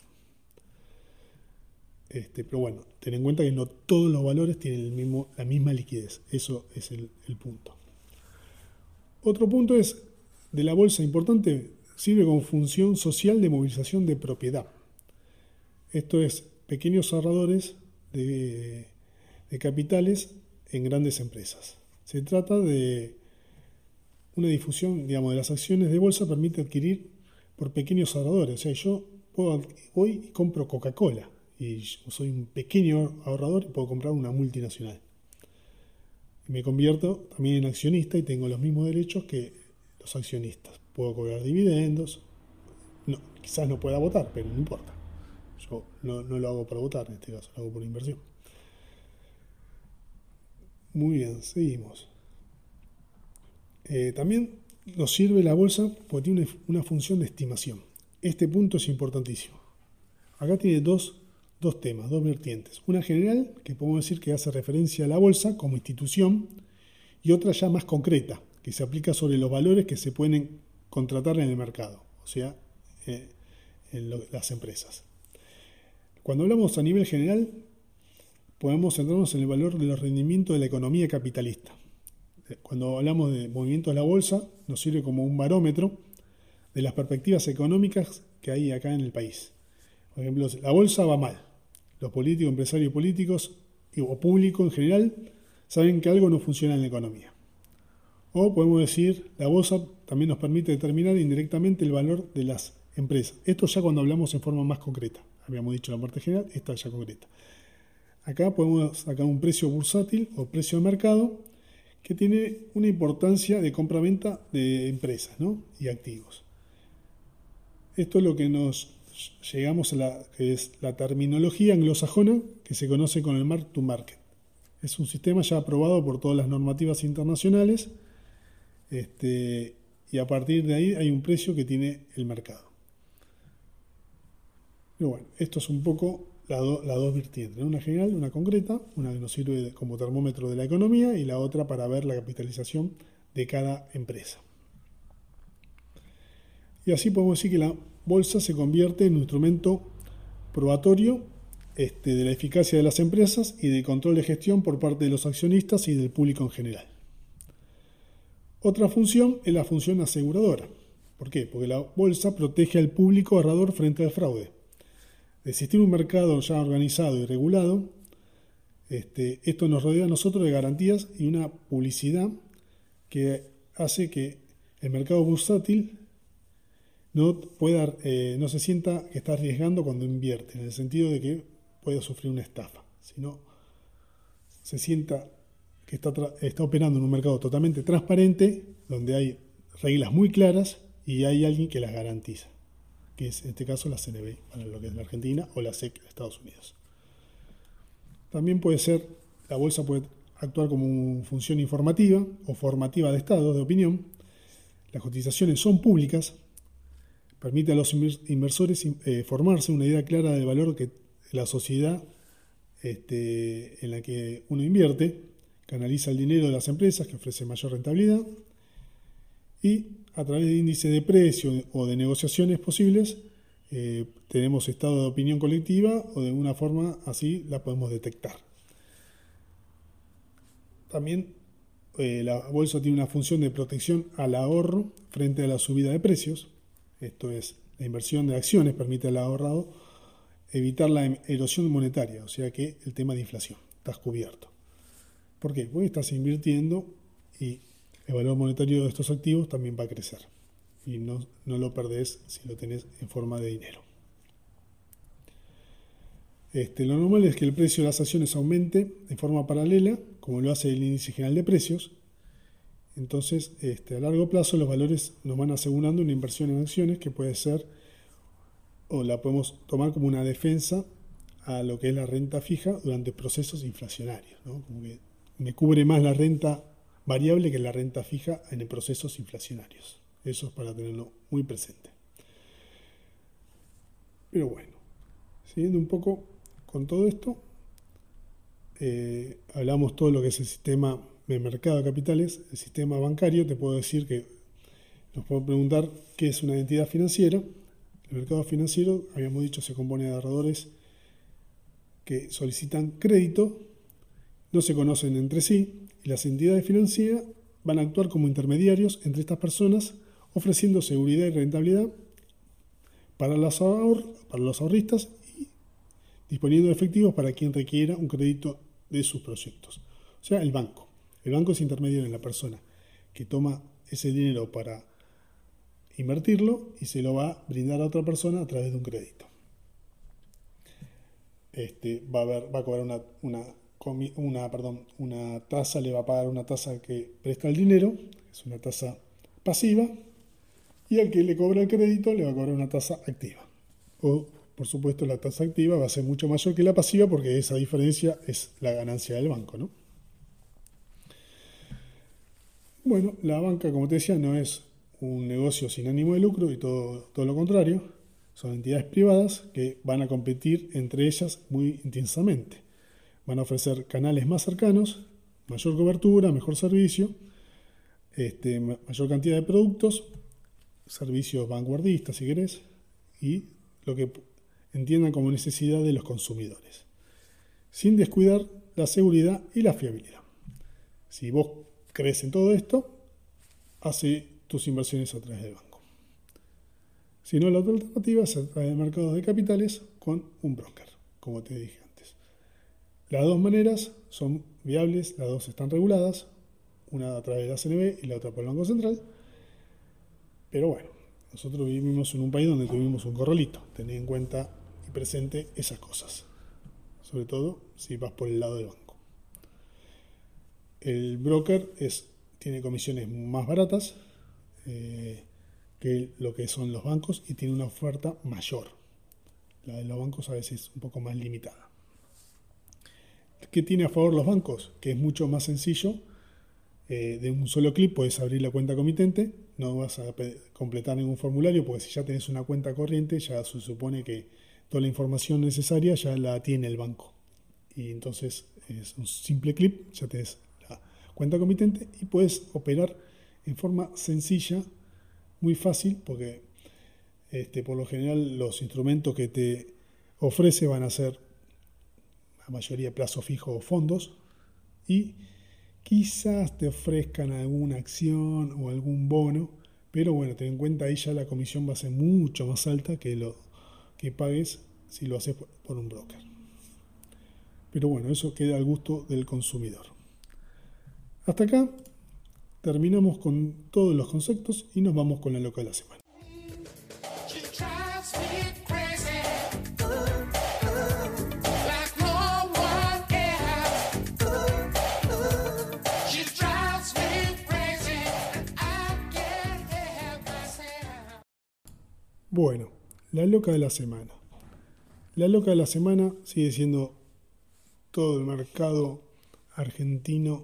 Pero bueno, ten en cuenta que no todos los valores tienen la misma liquidez. Eso es el punto. Otro punto es de la bolsa importante, sirve con función social de movilización de propiedad. Esto es, pequeños ahorradores de capitales en grandes empresas. Se trata de una difusión, digamos, de las acciones de bolsa permite adquirir por pequeños ahorradores. O sea, yo voy y compro Coca-Cola y yo soy un pequeño ahorrador y puedo comprar una multinacional. Y me convierto también en accionista y tengo los mismos derechos que los accionistas. Puedo cobrar dividendos. No, quizás no pueda votar, pero no importa. Yo no lo hago para votar en este caso, lo hago por inversión. Muy bien, seguimos. También nos sirve la bolsa porque tiene una función de estimación. Este punto es importantísimo. Acá tiene dos temas, dos vertientes. Una general, que podemos decir que hace referencia a la bolsa como institución, y otra ya más concreta, que se aplica sobre los valores que se pueden contratar en el mercado, o sea, en las empresas. Cuando hablamos a nivel general, podemos centrarnos en el valor de los rendimientos de la economía capitalista. Cuando hablamos de movimientos de la bolsa, nos sirve como un barómetro de las perspectivas económicas que hay acá en el país. Por ejemplo, la bolsa va mal. Los políticos, empresarios políticos o público en general saben que algo no funciona en la economía. O podemos decir, la bolsa también nos permite determinar indirectamente el valor de las empresas. Esto ya cuando hablamos en forma más concreta. Habíamos dicho la parte general, esta ya concreta. Acá podemos sacar un precio bursátil o precio de mercado que tiene una importancia de compra-venta de empresas, ¿no? Y activos. Esto es lo que nos llegamos a que es la terminología anglosajona que se conoce con el mark to market. Es un sistema ya aprobado por todas las normativas internacionales y a partir de ahí hay un precio que tiene el mercado. Pero bueno, esto es un poco las dos vertientes, ¿no? Una general, una concreta, una que nos sirve como termómetro de la economía y la otra para ver la capitalización de cada empresa. Y así podemos decir que la bolsa se convierte en un instrumento probatorio de la eficacia de las empresas y de control de gestión por parte de los accionistas y del público en general. Otra función es la función aseguradora. ¿Por qué? Porque la bolsa protege al público ahorrador frente al fraude. De existir un mercado ya organizado y regulado, esto nos rodea a nosotros de garantías y una publicidad que hace que el mercado bursátil no se sienta que está arriesgando cuando invierte, en el sentido de que pueda sufrir una estafa, sino se sienta que está operando en un mercado totalmente transparente, donde hay reglas muy claras y hay alguien que las garantiza, que es en este caso la CNB, para lo que es la Argentina, o la SEC de Estados Unidos. También la bolsa puede actuar como función informativa o formativa de estados de opinión. Las cotizaciones son públicas, permite a los inversores formarse una idea clara del valor que la sociedad en la que uno invierte, canaliza el dinero de las empresas que ofrece mayor rentabilidad y a través de índices de precio o de negociaciones posibles tenemos estado de opinión colectiva o de una forma así la podemos detectar. También la bolsa tiene una función de protección al ahorro frente a la subida de precios. Esto es, la inversión de acciones permite al ahorrado evitar la erosión monetaria, o sea que el tema de inflación, estás cubierto. ¿Por qué? Porque estás invirtiendo y el valor monetario de estos activos también va a crecer y no lo perdés si lo tenés en forma de dinero. Lo normal es que el precio de las acciones aumente de forma paralela, como lo hace el índice general de precios. Entonces, a largo plazo los valores nos van asegurando una inversión en acciones que puede ser, o la podemos tomar como una defensa a lo que es la renta fija durante procesos inflacionarios, ¿no? Como que me cubre más la renta variable que la renta fija en procesos inflacionarios. Eso es para tenerlo muy presente. Pero bueno, siguiendo un poco con todo esto, hablamos todo lo que es el sistema de mercado de capitales, el sistema bancario. Te puedo decir que nos puedo preguntar qué es una entidad financiera. El mercado financiero, habíamos dicho, se compone de ahorradores que solicitan crédito, no se conocen entre sí, y las entidades financieras van a actuar como intermediarios entre estas personas ofreciendo seguridad y rentabilidad para los ahorristas y disponiendo de efectivos para quien requiera un crédito de sus proyectos. O sea, el banco. El banco es intermedio en la persona que toma ese dinero para invertirlo y se lo va a brindar a otra persona a través de un crédito. Va a cobrar una tasa, le va a pagar una tasa que presta el dinero, es una tasa pasiva, y al que le cobra el crédito le va a cobrar una tasa activa. O, por supuesto, la tasa activa va a ser mucho mayor que la pasiva porque esa diferencia es la ganancia del banco, ¿no? Bueno, la banca, como te decía, no es un negocio sin ánimo de lucro y todo lo contrario. Son entidades privadas que van a competir entre ellas muy intensamente. Van a ofrecer canales más cercanos, mayor cobertura, mejor servicio, mayor cantidad de productos, servicios vanguardistas, si querés, y lo que entiendan como necesidad de los consumidores, sin descuidar la seguridad y la fiabilidad. Si vos crees en todo esto, hace tus inversiones a través del banco. Si no, la otra alternativa es a través de mercados de capitales con un broker, como te dije antes. Las dos maneras son viables, las dos están reguladas, una a través de la CNB y la otra por el Banco Central. Pero bueno, nosotros vivimos en un país donde tuvimos un corralito. Tened en cuenta y presente esas cosas, sobre todo si vas por el lado del banco. El broker tiene comisiones más baratas que lo que son los bancos y tiene una oferta mayor. La de los bancos a veces es un poco más limitada. ¿Qué tiene a favor los bancos? Que es mucho más sencillo. De un solo clic puedes abrir la cuenta comitente, no vas a completar ningún formulario porque si ya tenés una cuenta corriente ya se supone que toda la información necesaria ya la tiene el banco. Y entonces es un simple clic, ya tenés la cuenta comitente y puedes operar en forma sencilla, muy fácil, porque por lo general los instrumentos que te ofrece van a ser la mayoría plazo fijo o fondos y quizás te ofrezcan alguna acción o algún bono, pero bueno, ten en cuenta ahí ya la comisión va a ser mucho más alta que lo que pagues si lo haces por un broker. Pero bueno, eso queda al gusto del consumidor. Hasta acá terminamos con todos los conceptos y nos vamos con la loca de la semana. Bueno, la loca de la semana. La loca de la semana sigue siendo todo el mercado argentino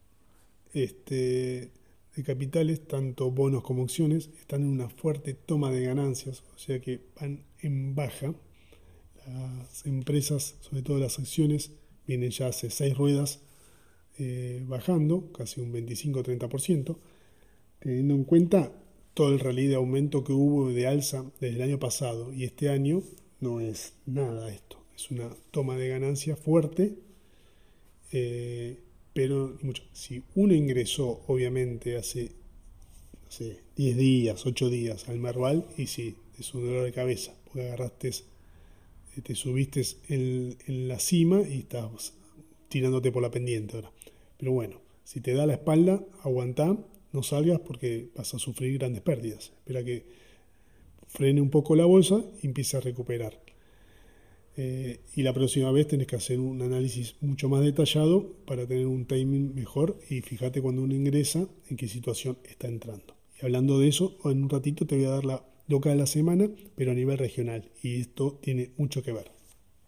de capitales, tanto bonos como acciones, están en una fuerte toma de ganancias, o sea que van en baja. Las empresas, sobre todo las acciones, vienen ya hace 6 ruedas bajando, casi un 25-30%, teniendo en cuenta todo el rally de aumento que hubo de alza desde el año pasado y este año no es nada esto, es una toma de ganancia fuerte, pero mucho. Si uno ingresó obviamente hace 10 días, 8 días al Merval y sí, es un dolor de cabeza, porque agarraste, te subiste en la cima y estás tirándote por la pendiente ahora. Pero bueno, si te da la espalda, aguantá. No salgas porque vas a sufrir grandes pérdidas. Espera que frene un poco la bolsa y empiece a recuperar. Y la próxima vez tenés que hacer un análisis mucho más detallado para tener un timing mejor y fíjate cuando uno ingresa en qué situación está entrando. Y hablando de eso, en un ratito te voy a dar la loca de la semana, pero a nivel regional. Y esto tiene mucho que ver.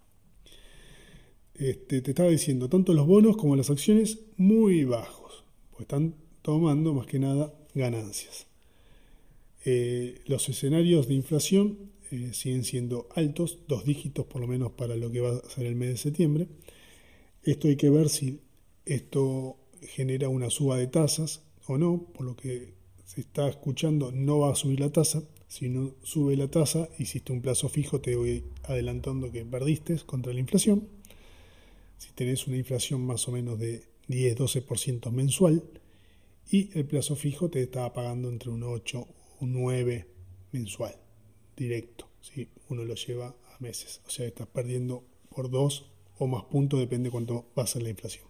Te estaba diciendo, tanto los bonos como las acciones muy bajos, pues están tomando más que nada ganancias. Los escenarios de inflación siguen siendo altos, 2 dígitos por lo menos para lo que va a ser el mes de septiembre. Esto hay que ver si esto genera una suba de tasas o no, por lo que se está escuchando no va a subir la tasa. Si no sube la tasa, hiciste un plazo fijo, te voy adelantando que perdiste contra la inflación. Si tenés una inflación más o menos de 10-12% mensual, y el plazo fijo te estaba pagando entre un 8 un 9 mensual, directo, ¿sí? Uno lo lleva a meses, o sea, estás perdiendo por 2 o más puntos, depende cuánto va a ser la inflación.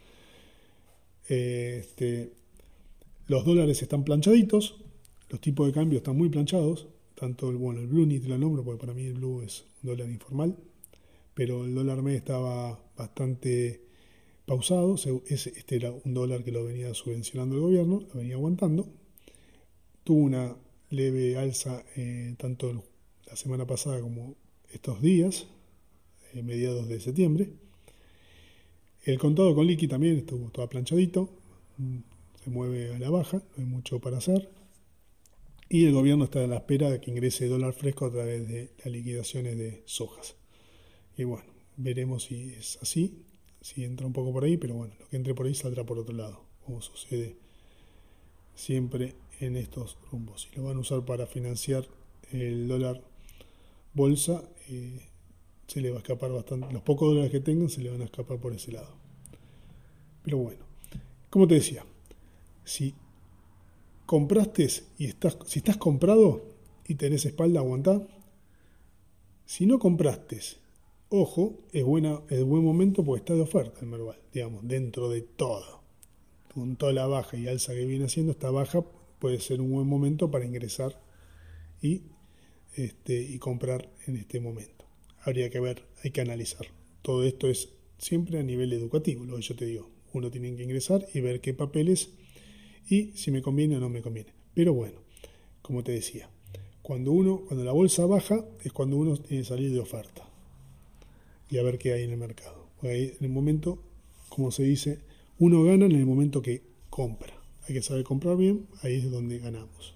Los dólares están planchaditos, los tipos de cambio están muy planchados, tanto el Blue ni te lo nombro porque para mí el Blue es un dólar informal, pero el dólar MED estaba bastante pausado. Este era un dólar que lo venía subvencionando el gobierno, lo venía aguantando. Tuvo una leve alza tanto la semana pasada como estos días, mediados de septiembre. El contado con liqui también estuvo todo planchadito, se mueve a la baja, no hay mucho para hacer. Y el gobierno está a la espera de que ingrese dólar fresco a través de las liquidaciones de sojas. Y bueno, veremos si es así, si entra un poco por ahí, pero bueno, lo que entre por ahí saldrá por otro lado, como sucede siempre en estos rumbos. Si lo van a usar para financiar el dólar bolsa, se le va a escapar bastante. Los pocos dólares que tengan se le van a escapar por ese lado. Pero bueno, como te decía, si compraste y si estás comprado y tenés espalda, aguantá. Si no compraste, ojo, es buen momento porque está de oferta el Merval, digamos, dentro de todo. Con toda la baja y alza que viene haciendo, esta baja puede ser un buen momento para ingresar y comprar en este momento. Habría que ver, hay que analizar. Todo esto es siempre a nivel educativo, lo que yo te digo. Uno tiene que ingresar y ver qué papeles y si me conviene o no me conviene. Pero bueno, como te decía, cuando la bolsa baja es cuando uno tiene que salir de oferta y a ver qué hay en el mercado. Porque ahí, en el momento, como se dice, uno gana en el momento que compra. Hay que saber comprar bien, ahí es donde ganamos.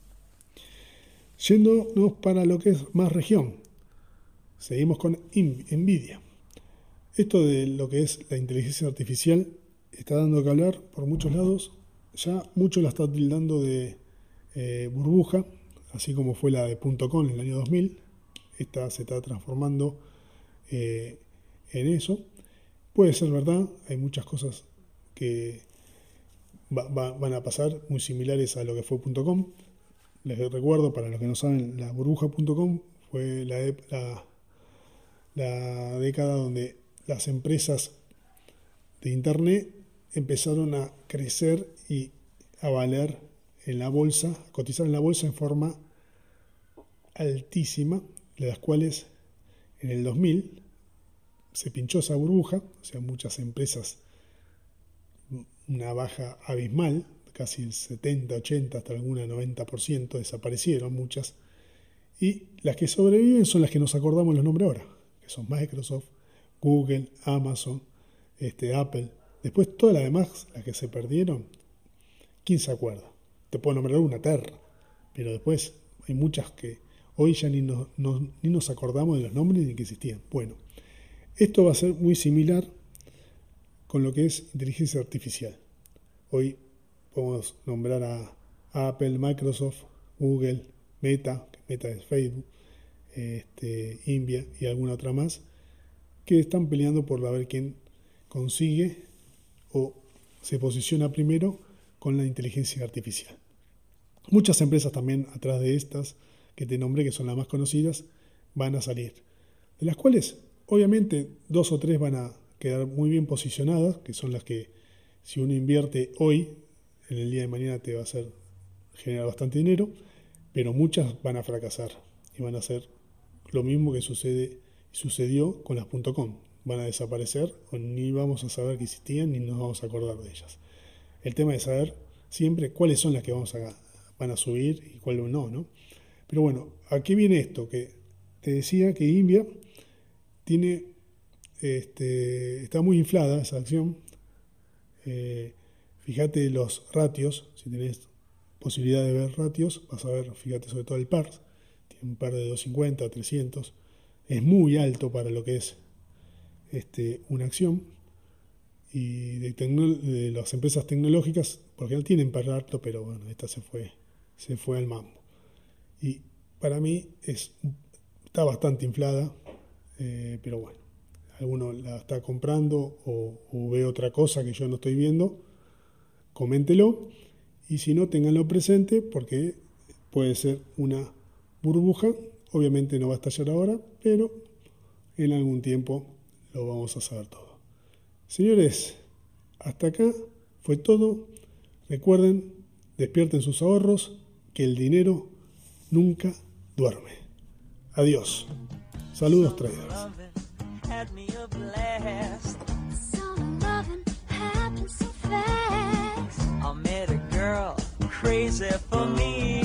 Yéndonos para lo que es más región, seguimos con Nvidia. Esto de lo que es la inteligencia artificial está dando que hablar por muchos lados. Ya mucho la está tildando de burbuja, así como fue la de .com en el año 2000. Esta se está transformando en eso. Puede ser verdad, hay muchas cosas que van a pasar muy similares a lo que fue .com. Les recuerdo, para los que no saben, la burbuja.com fue la década donde las empresas de internet empezaron a crecer y a valer en la bolsa, a cotizar en la bolsa en forma altísima, de las cuales en el 2000 se pinchó esa burbuja, o sea, muchas empresas, una baja abismal, casi el 70, 80, hasta alguna 90% desaparecieron muchas, y las que sobreviven son las que nos acordamos los nombres ahora, que son Microsoft, Google, Amazon, Apple. Después todas las demás, las que se perdieron, ¿quién se acuerda? Te puedo nombrar una, Terra, pero después hay muchas que hoy ya ni nos acordamos de los nombres ni que existían. Bueno, esto va a ser muy similar con lo que es inteligencia artificial. Hoy podemos nombrar a Apple, Microsoft, Google, Meta es Facebook, Nvidia y alguna otra más, que están peleando por ver quién consigue o se posiciona primero con la inteligencia artificial. Muchas empresas también atrás de estas que te nombré, que son las más conocidas, van a salir, de las cuales obviamente 2 o 3 van a quedar muy bien posicionadas, que son las que si uno invierte hoy, en el día de mañana te va a hacer generar bastante dinero, pero muchas van a fracasar y van a hacer lo mismo que sucedió con las .com. Van a desaparecer o ni vamos a saber que existían ni nos vamos a acordar de ellas. El tema es saber siempre cuáles son las que van a subir y cuáles no. Pero bueno, ¿a qué viene esto? Que te decía que Nvidia tiene, está muy inflada esa acción. Fíjate los ratios, si tenés posibilidad de ver ratios, vas a ver, fíjate sobre todo el PAR, tiene un PAR de 250, 300, es muy alto para lo que es una acción, y de las empresas tecnológicas, porque no tienen PAR alto, pero bueno, esta se fue al mambo. Y para mí está bastante inflada, pero bueno, alguno la está comprando o ve otra cosa que yo no estoy viendo, coméntelo, y si no, ténganlo presente porque puede ser una burbuja. Obviamente no va a estallar ahora, pero en algún tiempo lo vamos a saber todo. Señores, hasta acá fue todo. Recuerden, despierten sus ahorros, que el dinero nunca duerme. Adiós. Saludos, traders. Crazy for me.